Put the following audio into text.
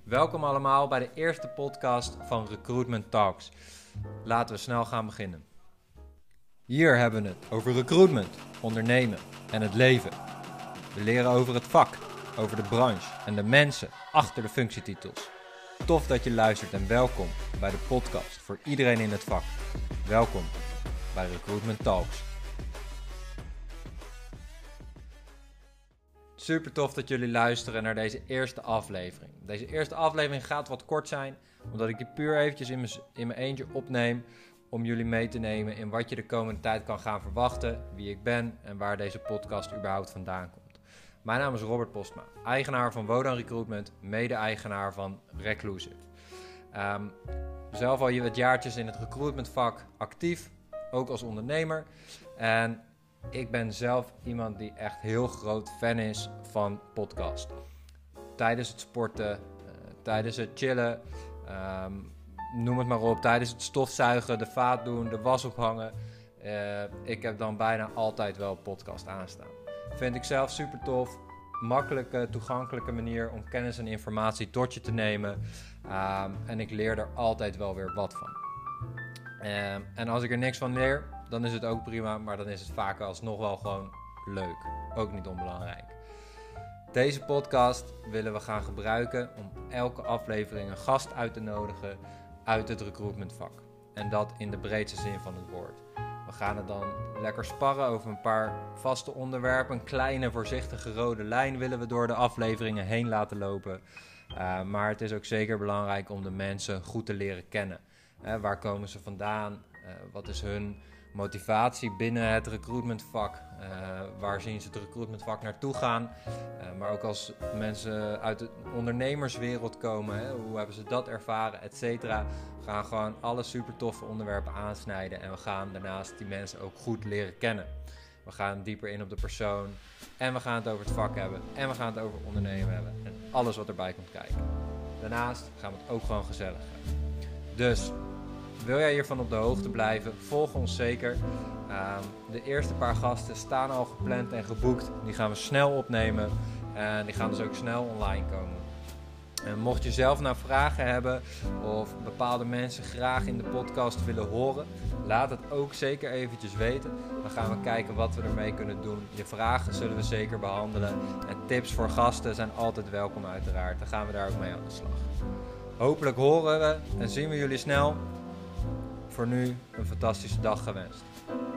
Welkom allemaal bij de eerste podcast van Recruitment Talks. Laten we snel gaan beginnen. Hier hebben we het over recruitment, ondernemen en het leven. We leren over het vak, over de branche en de mensen achter de functietitels. Tof dat je luistert en welkom bij de podcast voor iedereen in het vak. Welkom bij Recruitment Talks. Super tof dat jullie luisteren naar deze eerste aflevering. Deze eerste aflevering gaat wat kort zijn, omdat ik die puur eventjes in mijn eentje opneem om jullie mee te nemen in wat je de komende tijd kan gaan verwachten, wie ik ben en waar deze podcast überhaupt vandaan komt. Mijn naam is Robert Postma, eigenaar van Wodan Recruitment, mede-eigenaar van Reclusive. Zelf al wat jaartjes in het recruitmentvak actief, ook als ondernemer. En ik ben zelf iemand die echt heel groot fan is van podcast. Tijdens het sporten, tijdens het chillen, noem het maar op, tijdens het stofzuigen, de vaat doen, de was ophangen. Ik heb dan bijna altijd wel een podcast aanstaan. Vind ik zelf super tof. Makkelijke, toegankelijke manier om kennis en informatie tot je te nemen. En ik leer er altijd wel weer wat van. En als ik er niks van leer, dan is het ook prima, maar dan is het vaak alsnog wel gewoon leuk. Ook niet onbelangrijk. Deze podcast willen we gaan gebruiken om elke aflevering een gast uit te nodigen uit het recruitmentvak. En dat in de breedste zin van het woord. We gaan het dan lekker sparren over een paar vaste onderwerpen. Een kleine voorzichtige rode lijn willen we door de afleveringen heen laten lopen. Maar het is ook zeker belangrijk om de mensen goed te leren kennen. Waar komen ze vandaan? Wat is hun motivatie binnen het recruitmentvak? Waar zien ze het recruitmentvak naartoe gaan? Maar ook als mensen uit de ondernemerswereld komen, hoe hebben ze dat ervaren, et cetera. We gaan gewoon alle super toffe onderwerpen aansnijden en we gaan daarnaast die mensen ook goed leren kennen. We gaan dieper in op de persoon en we gaan het over het vak hebben en we gaan het over ondernemen hebben en alles wat erbij komt kijken. Daarnaast gaan we het ook gewoon gezellig hebben. Dus wil jij hiervan op de hoogte blijven, volg ons zeker. De eerste paar gasten staan al gepland en geboekt. Die gaan we snel opnemen en die gaan dus ook snel online komen. En mocht je zelf nou vragen hebben of bepaalde mensen graag in de podcast willen horen, laat het ook zeker eventjes weten. Dan gaan we kijken wat we ermee kunnen doen. Je vragen zullen we zeker behandelen. En tips voor gasten zijn altijd welkom uiteraard. Dan gaan we daar ook mee aan de slag. Hopelijk horen we en zien we jullie snel. Voor nu een fantastische dag gewenst.